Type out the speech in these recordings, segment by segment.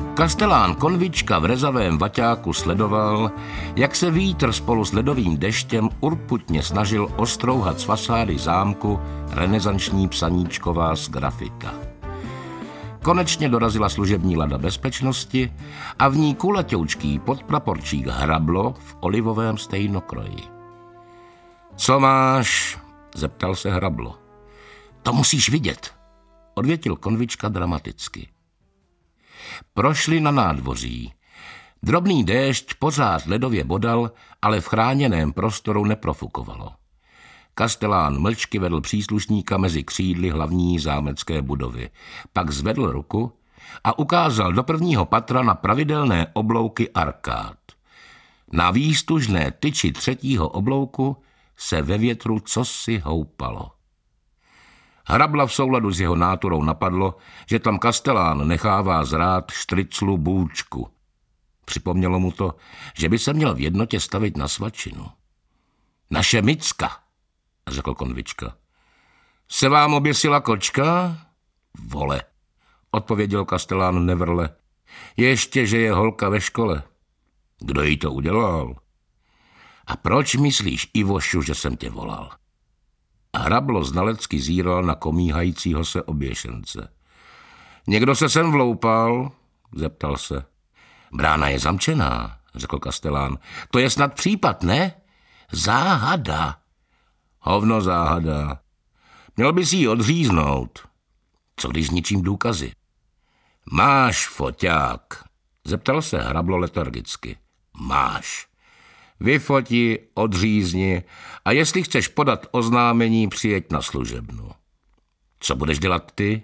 Kastelán Konvička v rezavém vaťáku sledoval, jak se vítr spolu s ledovým deštěm urputně snažil ostrouhat z fasády zámku renesanční psaníčková z grafita. Konečně dorazila služební lada bezpečnosti a v ní kulaťoučký podpraporčík Hrablo v olivovém stejnokroji. Co máš? Zeptal se Hrablo. To musíš vidět, odvětil Konvička dramaticky. Prošli na nádvoří. Drobný déšť pořád ledově bodal, ale v chráněném prostoru neprofukovalo. Kastelán mlčky vedl příslušníka mezi křídly hlavní zámecké budovy. Pak zvedl ruku a ukázal do prvního patra na pravidelné oblouky arkád. Na výstužné tyči třetího oblouku se ve větru cosi houpalo. Hrabla v souladu s jeho náturou napadlo, že tam Kastelán nechává zrát štriclu bůčku. Připomnělo mu to, že by se měl v jednotě stavit na svačinu. Naše Micka, řekl Konvička. Se vám oběsila kočka? Vole, odpověděl Kastelán nevrle. Ještě, že je holka ve škole. Kdo jí to udělal? A proč myslíš, Ivošu, že jsem tě volal? Hrablo znalecky zíral na komíhajícího se oběšence. Někdo se sem vloupal? Zeptal se. Brána je zamčená, řekl Kastelán. To je snad případ, ne? Záhada. Hovno záhada. Měl bys jí odříznout. Co když s ničím důkazy? Máš foťák, zeptal se Hrablo letargicky. Máš. Vyfoti, odřízni a jestli chceš podat oznámení, přijeď na služebnu. Co budeš dělat ty?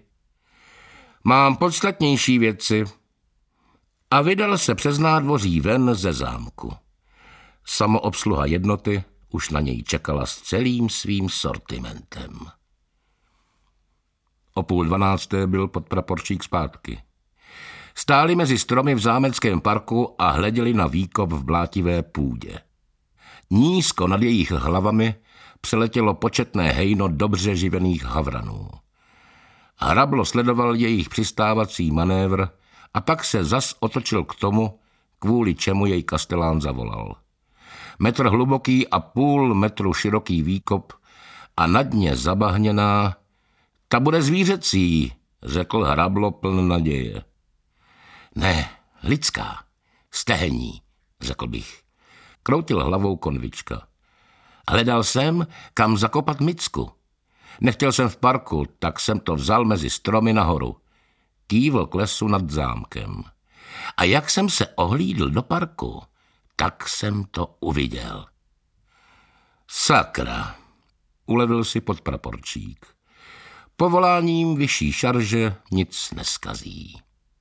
Mám podstatnější věci. A vydal se přes nádvoří ven ze zámku. Samoobsluha jednoty už na něj čekala s celým svým sortimentem. O 11:30 byl podpraporčík zpátky. Stáli mezi stromy v zámeckém parku a hleděli na výkop v blátivé půdě. Nízko nad jejich hlavami přeletělo početné hejno dobře živených havranů. Hrablo sledoval jejich přistávací manévr a pak se zas otočil k tomu, kvůli čemu jej Kastelán zavolal. 1 metr hluboký a 0,5 metru široký výkop a na dně zabahněná. Ta bude zvířecí, řekl Hrablo pln naděje. Ne, lidská, stehení, řekl bych. Kroutil hlavou Konvička. Hledal jsem, kam zakopat Micku. Nechtěl jsem v parku, tak jsem to vzal mezi stromy nahoru. Kývl k lesu nad zámkem. A jak jsem se ohlídl do parku, tak jsem to uviděl. Sakra, ulevil si podpraporčík. Povoláním vyšší šarže nic neskazí.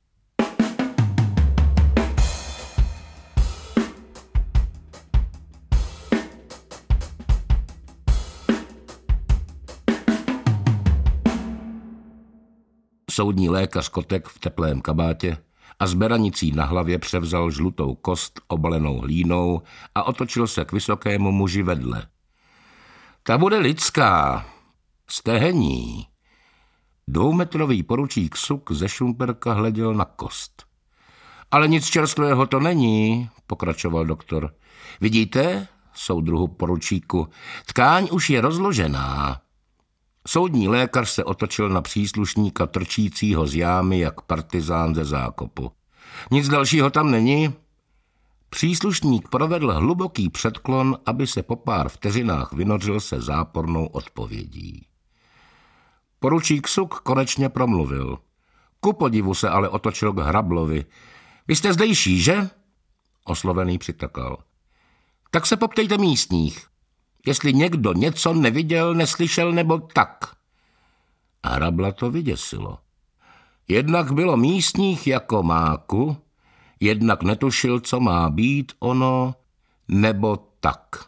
Soudní lékař Kotek v teplém kabátě a s beranicí na hlavě převzal žlutou kost obalenou hlínou a otočil se k vysokému muži vedle. Ta bude lidská. Stehení. 2metrový poručík Suk ze Šumperka hleděl na kost. Ale nic čerstvého to není, pokračoval doktor. Vidíte, soudruhu poručíku, tkáň už je rozložená. Soudní lékař se otočil na příslušníka trčícího z jámy jak partizán ze zákopu. Nic dalšího tam není? Příslušník provedl hluboký předklon, aby se po pár vteřinách vynořil se zápornou odpovědí. Poručík Suk konečně promluvil. Ku podivu se ale otočil k Hrablovi. Vy jste zdejší, že? Oslovený přitakal. Tak se poptejte místních. Jestli někdo něco neviděl, neslyšel nebo tak. A Hrabla to vyděsilo. Jednak bylo místních jako máku, jednak netušil, co má být ono nebo tak.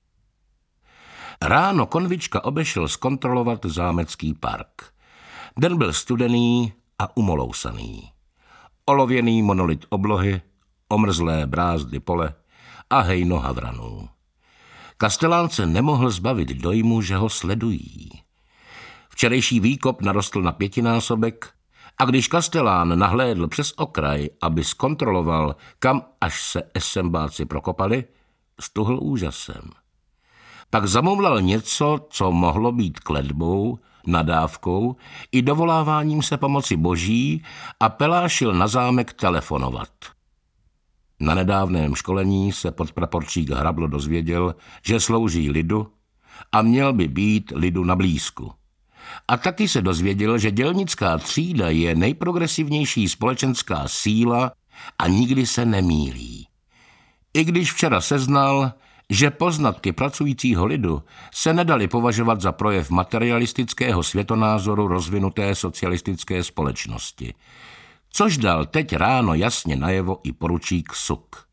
Ráno Konvička obešel zkontrolovat zámecký park. Den byl studený a umolousaný. Olověný monolit oblohy, omrzlé brázdy pole a hejno havranů. Kastelán se nemohl zbavit dojmu, že ho sledují. Včerejší výkop narostl na 5násobek A když kastelán nahlédl přes okraj, aby zkontroloval, kam až se esembáci prokopali, stuhl úžasem. Pak zamumlal něco, co mohlo být kletbou, nadávkou i dovoláváním se pomoci boží a pelášil na zámek telefonovat. Na nedávném školení se podpraporčík Hrablo dozvěděl, že slouží lidu a měl by být lidu na blízku. A taky se dozvěděl, že dělnická třída je nejprogresivnější společenská síla a nikdy se nemýlí. I když včera seznal, že poznatky pracujícího lidu se nedaly považovat za projev materialistického světonázoru rozvinuté socialistické společnosti, což dal teď ráno jasně najevo i poručík Suk.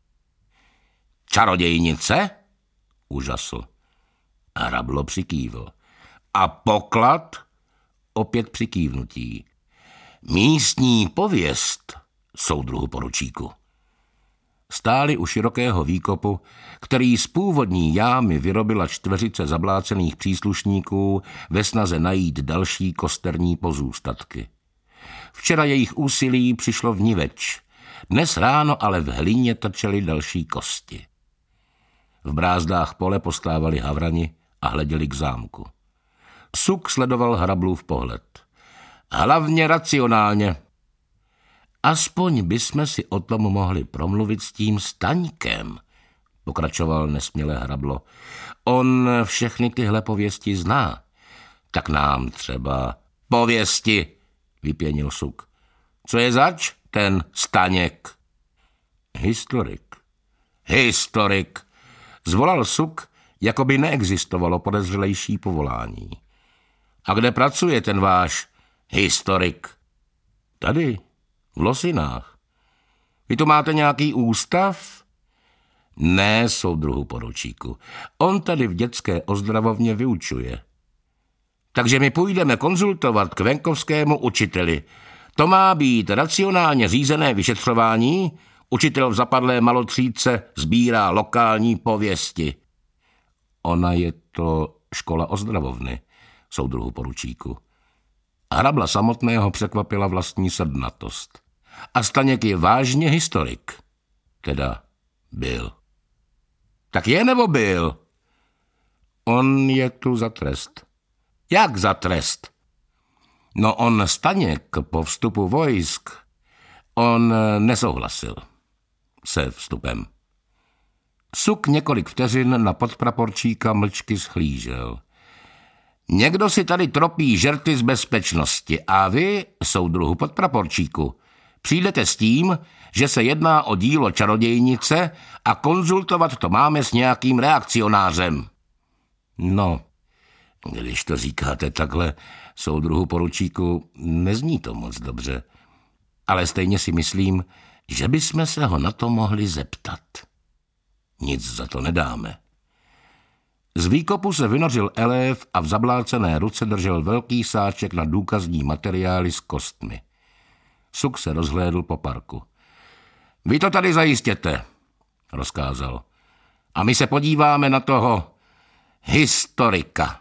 Čarodějnice? Užasl. Hrablo přikývl. A poklad? Opět přikývnutí. Místní pověst, soudruhu poručíku. Stáli u širokého výkopu, který z původní jámy vyrobila čtveřice zablácených příslušníků ve snaze najít další kosterní pozůstatky. Včera jejich úsilí přišlo vniveč, dnes ráno ale v hlině trčely další kosti. V brázdách pole postávali havrani a hleděli k zámku. Suk sledoval Hrablův pohled. Hlavně racionálně. Aspoň bychom si o tom mohli promluvit s tím Staňkem, pokračoval nesměle Hrablo. On všechny tyhle pověsti zná. Tak nám třeba pověsti, vypěnil Suk. Co je zač, ten Staněk? Historik. Historik, zvolal Suk, jako by neexistovalo podezřelejší povolání. A kde pracuje ten váš historik? Tady, v Losinách. Vy tu máte nějaký ústav? Ne, soudruhu poručíku. On tady v dětské ozdravovně vyučuje. Takže my půjdeme konzultovat k venkovskému učiteli. To má být racionálně řízené vyšetřování. Učitel v zapadlé malotřídce sbírá lokální pověsti. Ona je to škola ozdravovny, soudruhu poručíku. Hrabla samotného překvapila vlastní srdnatost. A Staněk je vážně historik. Teda byl. Tak je nebo byl? On je tu za trest. Jak za trest? No on Staněk po vstupu vojsk, on nesouhlasil se vstupem. Suk několik vteřin na podpraporčíka mlčky schlížel. Někdo si tady tropí žerty z bezpečnosti a vy, soudruhu podpraporčíku, přijdete s tím, že se jedná o dílo čarodějnice a konzultovat to máme s nějakým reakcionářem. No, když to říkáte takhle, soudruhu poručíku, nezní to moc dobře. Ale stejně si myslím, že bychom se ho na to mohli zeptat. Nic za to nedáme. Z výkopu se vynořil elév a v zablácené ruce držel velký sáček na důkazní materiály s kostmi. Suk se rozhlédl po parku. Vy to tady zajistěte, rozkázal. A my se podíváme na toho historika.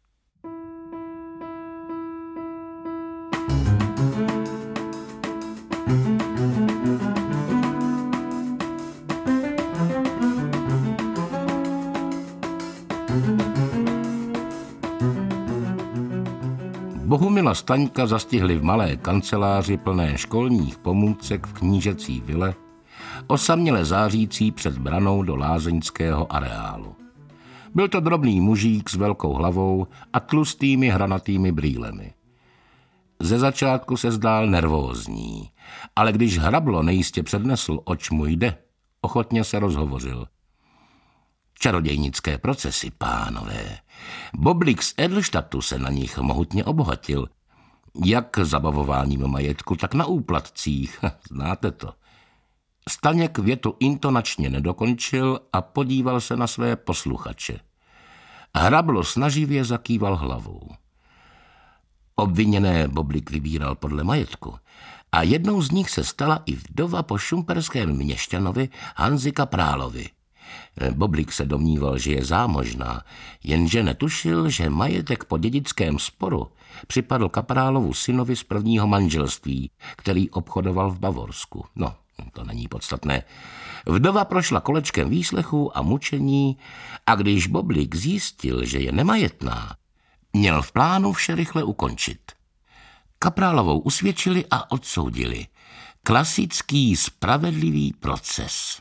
Bohumila Staňka zastihli v malé kanceláři plné školních pomůcek v knížecí vile, osaměle zářící před branou do lázeňského areálu. Byl to drobný mužík s velkou hlavou a tlustými hranatými brýlemi. Ze začátku se zdál nervózní, ale když Hrablo nejistě přednesl, oč mu jde, ochotně se rozhovořil. Čarodějnické procesy, pánové. Boblik z Edelštatu se na nich mohutně obohatil. Jak zabavováním majetku, tak na úplatcích. Znáte to. Staněk větu intonačně nedokončil a podíval se na své posluchače. Hrablo snaživě zakýval hlavou. Obviněné Boblik vybíral podle majetku a jednou z nich se stala i vdova po šumperském měšťanovi Hanzi Kaprálovi. Boblik se domníval, že je zámožná, jenže netušil, že majetek po dědickém sporu připadl kaprálovu synovi z prvního manželství, který obchodoval v Bavorsku. No, to není podstatné. Vdova prošla kolečkem výslechu a mučení a když Boblik zjistil, že je nemajetná, měl v plánu vše rychle ukončit. Kaprálovou usvědčili a odsoudili. Klasický spravedlivý proces.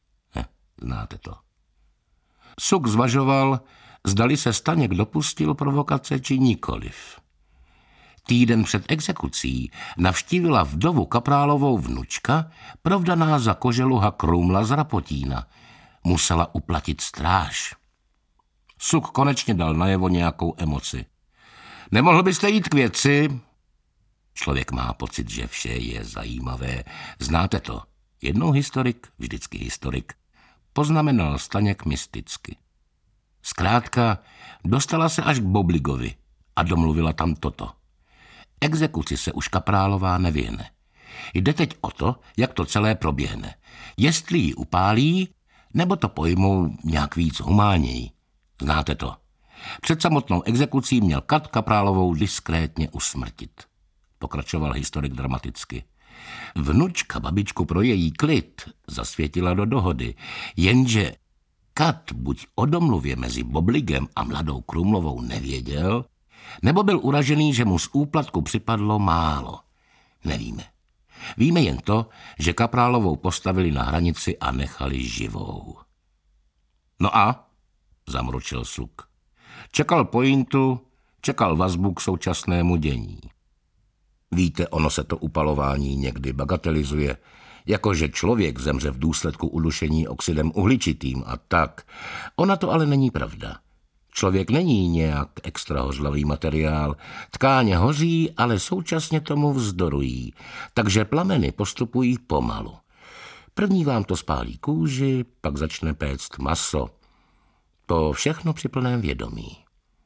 Znáte to. Suk zvažoval, zdali se Staněk dopustil provokace či nikoliv. Týden před exekucí navštívila vdovu kaprálovou vnučka, provdaná za koželuha Krumla z Rapotína. Musela uplatit stráž. Suk konečně dal najevo nějakou emoci. Nemohl byste jít k věci? Člověk má pocit, že vše je zajímavé. Znáte to. Jednou historik, vždycky historik. Poznamenal Staněk mysticky. Zkrátka, dostala se až k Bobligovi a domluvila tam toto. Exekuci se už kaprálová nevyhne. Jde teď o to, jak to celé proběhne. Jestli ji upálí, nebo to pojmou nějak víc humánněji. Znáte to. Před samotnou exekucí měl Kat kaprálovou diskrétně usmrtit. Pokračoval historik dramaticky. Vnučka babičku pro její klid zasvětila do dohody, jenže Kat buď o domluvě mezi Bobligem a mladou Krumlovou nevěděl, nebo byl uražený, že mu z úplatku připadlo málo. Nevíme. Víme jen to, že kaprálovou postavili na hranici a nechali živou. No a? Zamručil Suk. Čekal pointu, čekal vazbu k současnému dění. Víte, ono se to upalování někdy bagatelizuje, jakože člověk zemře v důsledku udušení oxidem uhličitým a tak. Ona to ale není pravda. Člověk není nějak extra hořlavý materiál. Tkáně hoří, ale současně tomu vzdorují, takže plameny postupují pomalu. První vám to spálí kůži, pak začne péct maso. To všechno při plném vědomí.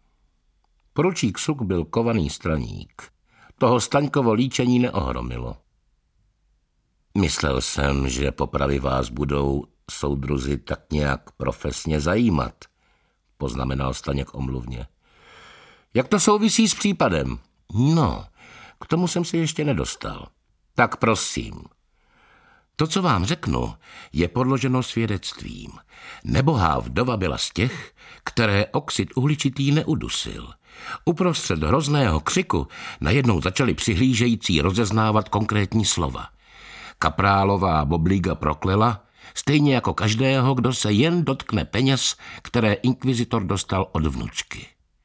Poručík Suk byl kovaný straník. Toho Staňkovo líčení neohromilo. Myslel jsem, že popravy vás budou soudruzi tak nějak profesně zajímat, poznamenal Staněk omluvně. Jak to souvisí s případem? No, k tomu jsem se ještě nedostal. Tak prosím. To, co vám řeknu, je podloženo svědectvím. Nebohá vdova byla z těch, které oxid uhličitý neudusil. Uprostřed hrozného křiku najednou začali přihlížející rozeznávat konkrétní slova. Kaprálová Bobliga proklela, stejně jako každého, kdo se jen dotkne peněz, které inkvizitor dostal od vnučky.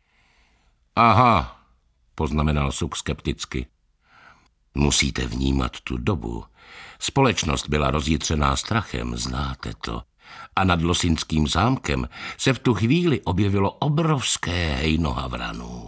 Aha, poznamenal Suk skepticky. Musíte vnímat tu dobu. Společnost byla rozjitřená strachem, znáte to. A nad Losinským zámkem se v tu chvíli objevilo obrovské hejno havranů.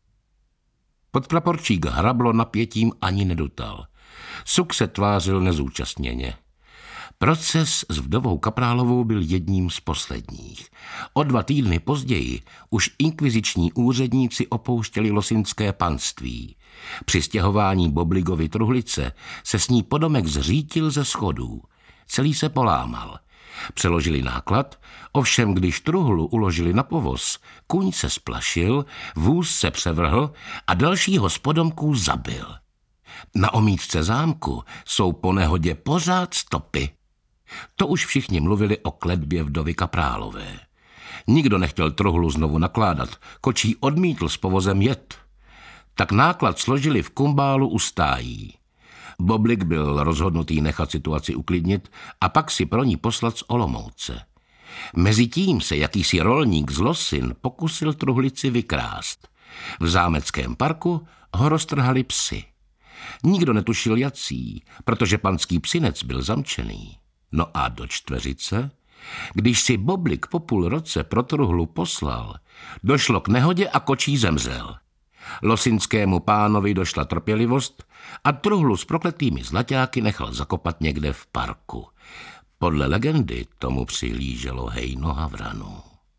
Podpraporčík Hrablo napětím ani nedutal. Suk se tvářil nezúčastněně. Proces s vdovou kaprálovou byl jedním z posledních. O 2 týdny později už inkviziční úředníci opouštěli Losinské panství. Při stěhování Bobligovy truhlice se s ní podomek zřítil ze schodů. Celý se polámal. Přeložili náklad, ovšem když truhlu uložili na povoz, kůň se splašil, vůz se převrhl a dalšího z podomků zabil. Na omítce zámku jsou po nehodě pořád stopy. To už všichni mluvili o kletbě vdovy Kaprálové. Nikdo nechtěl truhlu znovu nakládat, kočí odmítl s povozem jet. Tak náklad složili v kumbálu u stájí. Boblik byl rozhodnutý nechat situaci uklidnit a pak si pro ní poslat z Olomouce. Mezitím se jakýsi rolník z Losin pokusil truhlici vykrást. V zámeckém parku ho roztrhali psi. Nikdo netušil jací, protože panský psinec byl zamčený. No a do Čtveřice, když si Boblik po půl roce pro truhlu poslal, došlo k nehodě a kočí zemřel. Losinskému pánovi došla trpělivost a truhlu s prokletými zlaťáky nechal zakopat někde v parku. Podle legendy tomu přihlíželo hejno havranů.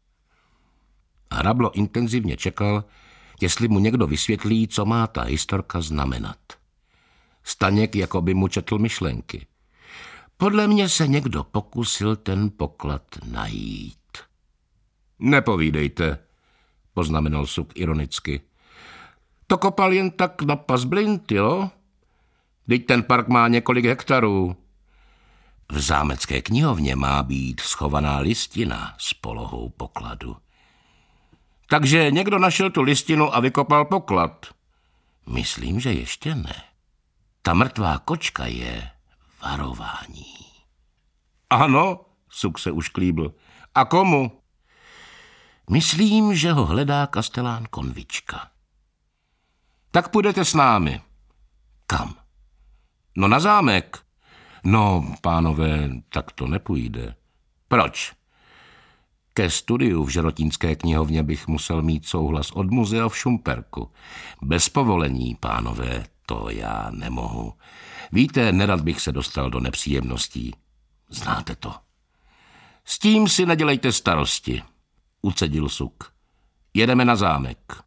Hrablo intenzivně čekal, jestli mu někdo vysvětlí, co má ta historka znamenat. Staněk jako by mu četl myšlenky. Podle mě se někdo pokusil ten poklad najít. Nepovídejte, poznamenal Suk ironicky. To kopal jen tak na pasblint, jo? Vždyť ten park má několik hektarů. V zámecké knihovně má být schovaná listina s polohou pokladu. Takže někdo našel tu listinu a vykopal poklad. Myslím, že ještě ne. Ta mrtvá kočka je varování. Ano, Suk se už klíbl. A komu? Myslím, že ho hledá kastelán Konvička. Tak půjdete s námi. Kam? No na zámek. No, pánové, tak to nepůjde. Proč? Ke studiu v Žerotínské knihovně bych musel mít souhlas od muzea v Šumperku. Bez povolení, pánové, to já nemohu. Víte, nerad bych se dostal do nepříjemností. Znáte to. S tím si nedělejte starosti, ucedil Suk. Jedeme na zámek.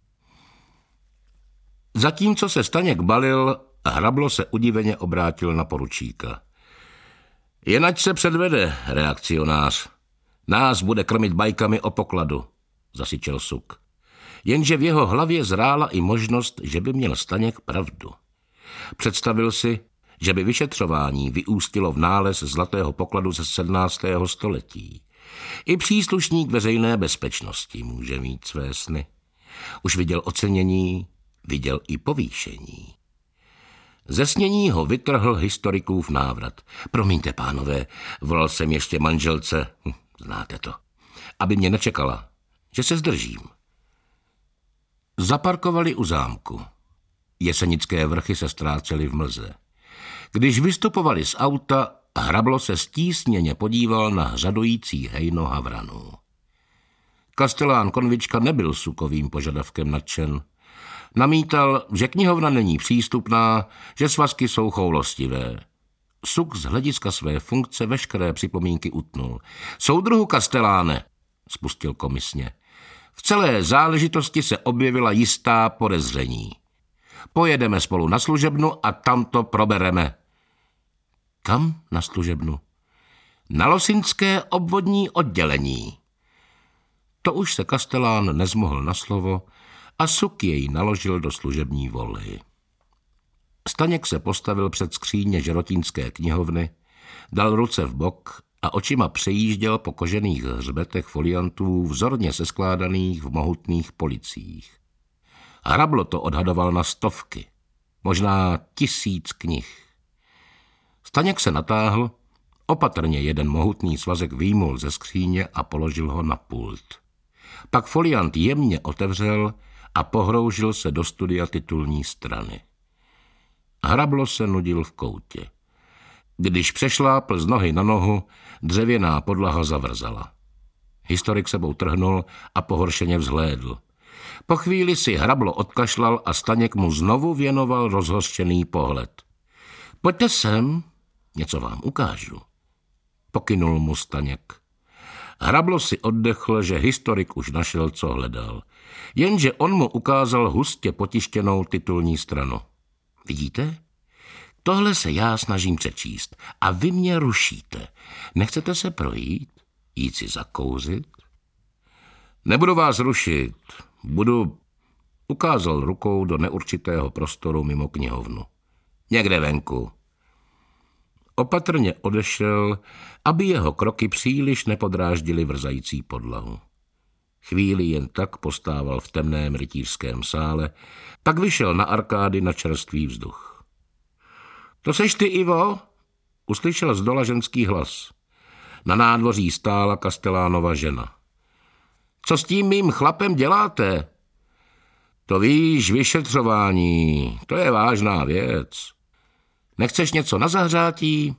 Zatímco se Staněk balil, Hrablo se udiveně obrátil na poručíka. Jen ať se předvede, reakcionář. Nás bude krmit bajkami o pokladu, zasyčel Suk. Jenže v jeho hlavě zrála i možnost, že by měl Staněk pravdu. Představil si, že by vyšetřování vyústilo v nález zlatého pokladu ze 17. století. I příslušník veřejné bezpečnosti může mít své sny. Už viděl ocenění, viděl i povýšení. Ze snění ho vytrhl historikův návrat. Promiňte, pánové, volal jsem ještě manželce, znáte to, aby mě nečekala, že se zdržím. Zaparkovali u zámku. Jesenické vrchy se ztrácely v mlze. Když vystupovali z auta, Hrablo se stísněně podíval na hřadující hejno havranů. Kastelán Konvička nebyl Sukovým požadavkem nadšen. Namítal, že knihovna není přístupná, že svazky jsou choulostivé. Suk z hlediska své funkce veškeré připomínky utnul. Soudruhu Kasteláne, spustil komisně, v celé záležitosti se objevila jistá podezření. Pojedeme spolu na služebnu a tam to probereme. Kam na služebnu? Na Losinské obvodní oddělení. To už se Kastelán nezmohl na slovo a Suk jej naložil do služební volhy. Staněk se postavil před skříně Žerotínské knihovny, dal ruce v bok a očima přejížděl po kožených hřbetech foliantů vzorně seskládaných v mohutných policích. Hrablo to odhadoval na stovky, možná 1000 knih. Staněk se natáhl, opatrně jeden mohutný svazek vyjmul ze skříně a položil ho na pult. Pak foliant jemně otevřel a pohroužil se do studia titulní strany. Hrablo se nudil v koutě. Když přešlápl z nohy na nohu, dřevěná podlaha zavrzala. Historik sebou trhnul a pohoršeně vzhlédl. Po chvíli si Hrablo odkašlal a Staněk mu znovu věnoval rozhořčený pohled. Pojďte sem, něco vám ukážu, pokynul mu Staněk. Hrablo si oddechl, že historik už našel, co hledal. Jenže on mu ukázal hustě potištěnou titulní stranu. Vidíte? Tohle se já snažím přečíst a vy mě rušíte. Nechcete se projít? Jít si zakouřit? Nebudu vás rušit. Budu... Ukázal rukou do neurčitého prostoru mimo knihovnu. Někde venku. Opatrně odešel, aby jeho kroky příliš nepodráždily vrzající podlahu. Chvíli jen tak postával v temném rytířském sále, pak vyšel na arkády na čerstvý vzduch. To seš ty, Ivo? Uslyšel zdola ženský hlas. Na nádvoří stála Kastelánova žena. Co s tím mým chlapem děláte? To víš, vyšetřování, to je vážná věc. Nechceš něco na zahřátí?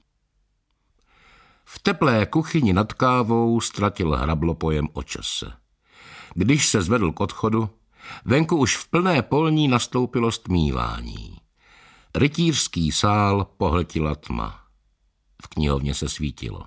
V teplé kuchyni nad kávou ztratil Hrablo pojem o čase. Když se zvedl k odchodu, venku už v plné polní nastoupilo stmívání. Rytířský sál pohltila tma. V knihovně se svítilo.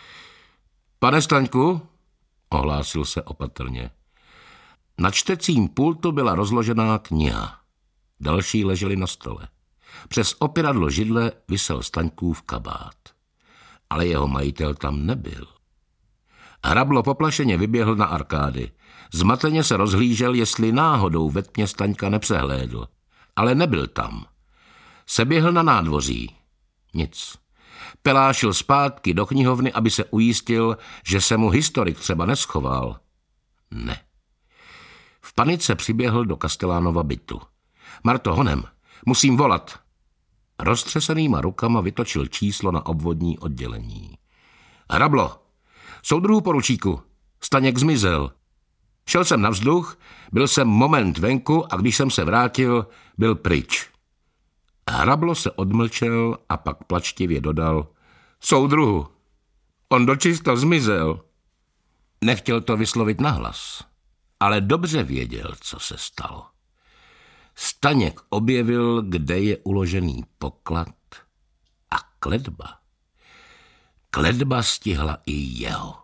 Pane Staňku, ohlásil se opatrně. Na čtecím pultu byla rozložená kniha. Další ležely na stole. Přes opěradlo židle visel Staňkův kabát. Ale jeho majitel tam nebyl. Hrablo poplašeně vyběhl na arkády. Zmateně se rozhlížel, jestli náhodou ve tmě Staňka nepřehlédl. Ale nebyl tam. Seběhl na nádvoří. Nic. Pelášil zpátky do knihovny, aby se ujistil, že se mu historik třeba neschoval. Ne. V panice přiběhl do Kastelánova bytu. Marto, honem, musím volat. Roztřesenýma rukama vytočil číslo na obvodní oddělení. Hrablo, soudruhu poručíku, Staněk zmizel. Šel jsem na vzduch, byl jsem moment venku a když jsem se vrátil, byl pryč. Hrablo se odmlčel a pak plačtivě dodal: Soudruhu, on dočista zmizel. Nechtěl to vyslovit nahlas, ale dobře věděl, co se stalo. Staněk objevil, kde je uložený poklad a kletba. Kletba stihla i jeho.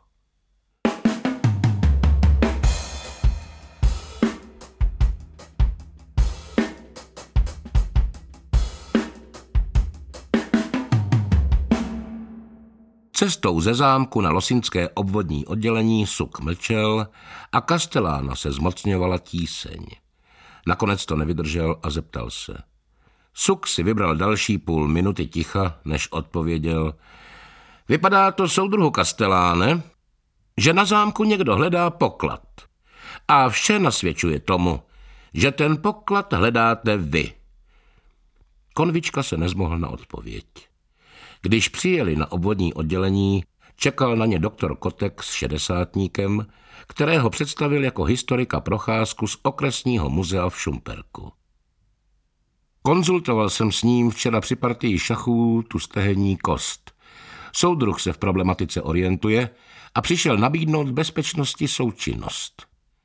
Cestou ze zámku na losinské obvodní oddělení Suk mlčel a Kastelána se zmocňovala tíseň. Nakonec to nevydržel a zeptal se. Suk si vybral další půl minuty ticha, než odpověděl: Vypadá to, soudruhu Kasteláne, že na zámku někdo hledá poklad. A vše nasvědčuje tomu, že ten poklad hledáte vy. Konvička se nezmohl na odpověď. Když přijeli na obvodní oddělení, čekal na ně doktor Kotek s šedesátníkem, kterého představil jako historika Procházku z okresního muzea v Šumperku. Konzultoval jsem s ním včera při partii šachů tu stehenní kost. Soudruh se v problematice orientuje a přišel nabídnout bezpečnosti součinnost.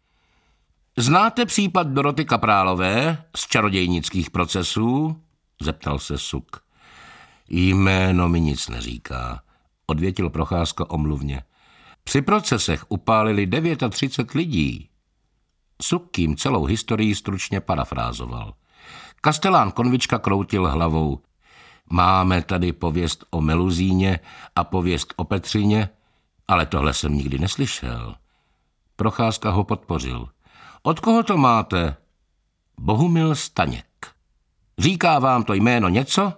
Znáte případ Doroty Kaprálové z čarodějnických procesů? Zeptal se Suk. Jméno mi nic neříká, odvětil Procházka omluvně. Při procesech upálili 39 lidí. Suk jim celou historii stručně parafrázoval. Kastelán Konvička kroutil hlavou. Máme tady pověst o Meluzíně a pověst o Petřině, ale tohle jsem nikdy neslyšel. Procházka ho podpořil. Od koho to máte? Bohumil Staněk. Říká vám to jméno něco?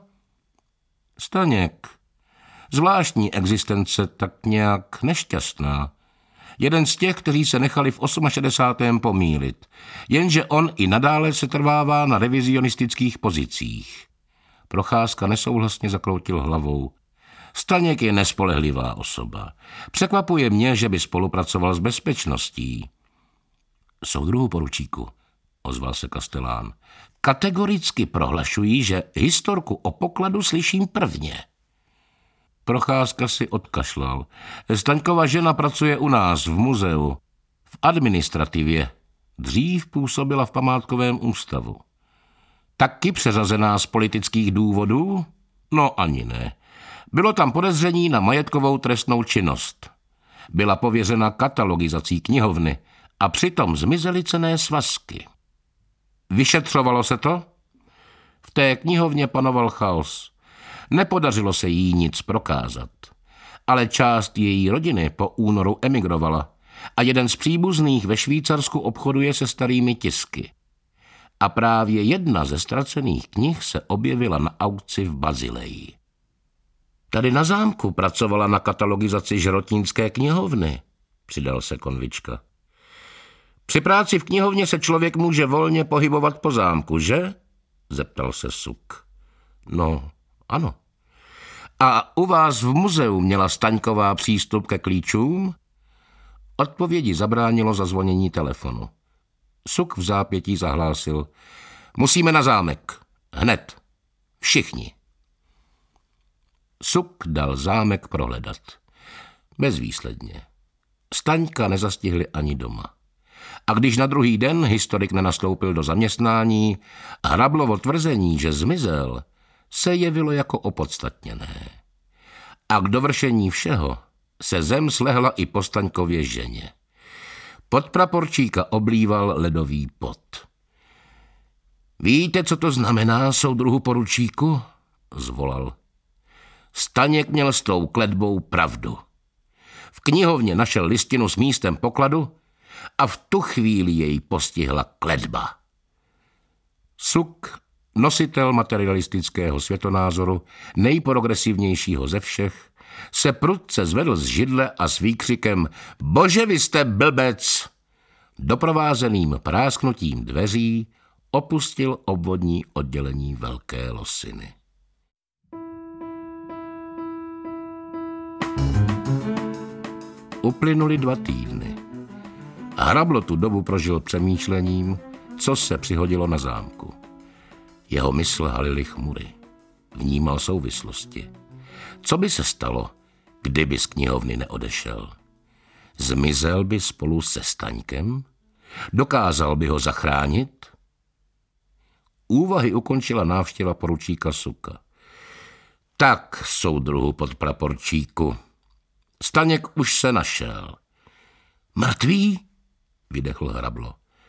Staněk. Zvláštní existence, tak nějak nešťastná. Jeden z těch, kteří se nechali v 68. pomýlit. Jenže on i nadále se trvává na revizionistických pozicích. Procházka nesouhlasně zakroutil hlavou. Staněk je nespolehlivá osoba. Překvapuje mě, že by spolupracoval s bezpečností. Soudruhu poručíku, ozval se Kastelán. Kategoricky prohlašují, že historku o pokladu slyším prvně. Procházka si odkašlal. Staňkova žena pracuje u nás v muzeu, v administrativě. Dřív působila v památkovém ústavu. Taky přeřazená z politických důvodů? No ani ne. Bylo tam podezření na majetkovou trestnou činnost. Byla pověřena katalogizací knihovny a přitom zmizely cenné svazky. Vyšetřovalo se to? V té knihovně panoval chaos. Nepodařilo se jí nic prokázat. Ale část její rodiny po únoru emigrovala a jeden z příbuzných ve Švýcarsku obchoduje se starými tisky. A právě jedna ze ztracených knih se objevila na aukci v Bazileji. Tady na zámku pracovala na katalogizaci žerotínské knihovny, přidal se Konvička. Při práci v knihovně se člověk může volně pohybovat po zámku, že? Zeptal se Suk. No, ano. A u vás v muzeu měla Staňková přístup ke klíčům? Odpovědi zabránilo zazvonění telefonu. Suk v zápětí zahlásil. Musíme na zámek. Hned. Všichni. Suk dal zámek prohledat. Bezvýsledně. Staňka nezastihli ani doma. A když na druhý den historik nenastoupil do zaměstnání, Hrablovo tvrzení, že zmizel, se jevilo jako opodstatněné. A k dovršení všeho se zem slehla i po Staňkově ženě. Podpraporčíka oblíval ledový pot. Víte, co to znamená, soudruhu poručíku? Zvolal. Staněk měl s tou kletbou pravdu. V knihovně našel listinu s místem pokladu a v tu chvíli jej postihla kletba. Suk, nositel materialistického světonázoru, nejprogresivnějšího ze všech, se prudce zvedl z židle a s výkřikem "Bože, vy jste blbec!" doprovázeným prásknutím dveří opustil obvodní oddělení Velké Losiny. Uplynuly 2 týdny. Hrablo tu dobu prožil přemýšlením, co se přihodilo na zámku. Jeho mysl halily chmury. Vnímal souvislosti. Co by se stalo, kdyby z knihovny neodešel? Zmizel by spolu se Staňkem? Dokázal by ho zachránit? Úvahy ukončila návštěva poručíka Suka. Tak, soudruhu podpraporčíku, Staněk už se našel. Mrtvý? Vydechl Hrablo.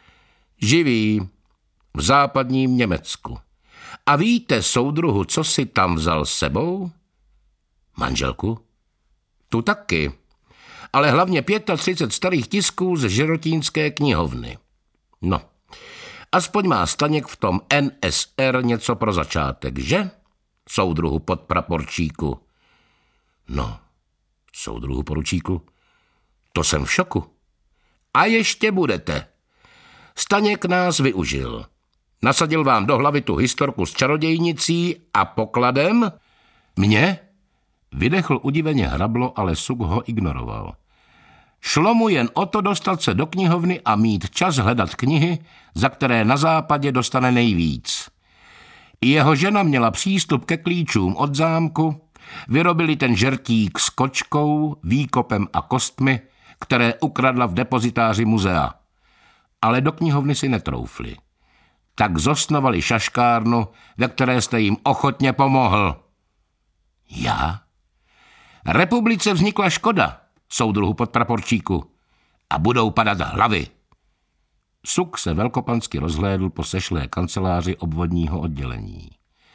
Živý, v západním Německu. A víte, soudruhu, co si tam vzal s sebou? Manželku? Tu taky, ale hlavně 35 starých tisků z Žerotínské knihovny. No, aspoň má Staněk v tom NSR něco pro začátek, že? Soudruhu podpraporčíku. No, soudruhu poručíku, to jsem v šoku. A ještě budete. Staněk nás využil. Nasadil vám do hlavy tu historku s čarodějnicí a pokladem? Mně? Vydechl udiveně Hrablo, ale Suk ho ignoroval. Šlo mu jen o to dostat se do knihovny a mít čas hledat knihy, za které na západě dostane nejvíc. Jeho žena měla přístup ke klíčům od zámku, vyrobili ten žertík s kočkou, výkopem a kostmi, které ukradla v depozitáři muzea. Ale do knihovny si netroufli. Tak zosnovali šaškárnu, ve které jste jim ochotně pomohl. Já? Republice vznikla škoda, soudruhu podpraporčíku, a budou padat hlavy. Suk se velkopansky rozhlédl po sešlé kanceláři obvodního oddělení.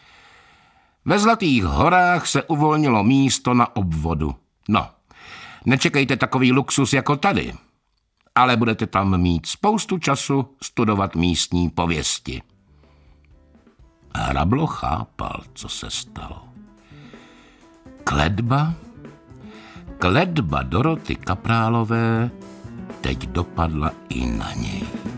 Ve Zlatých horách se uvolnilo místo na obvodu. No, nečekejte takový luxus jako tady, ale budete tam mít spoustu času studovat místní pověsti. Hrablo chápal, co se stalo. Kletba Doroty Kaprálové teď dopadla i na něj.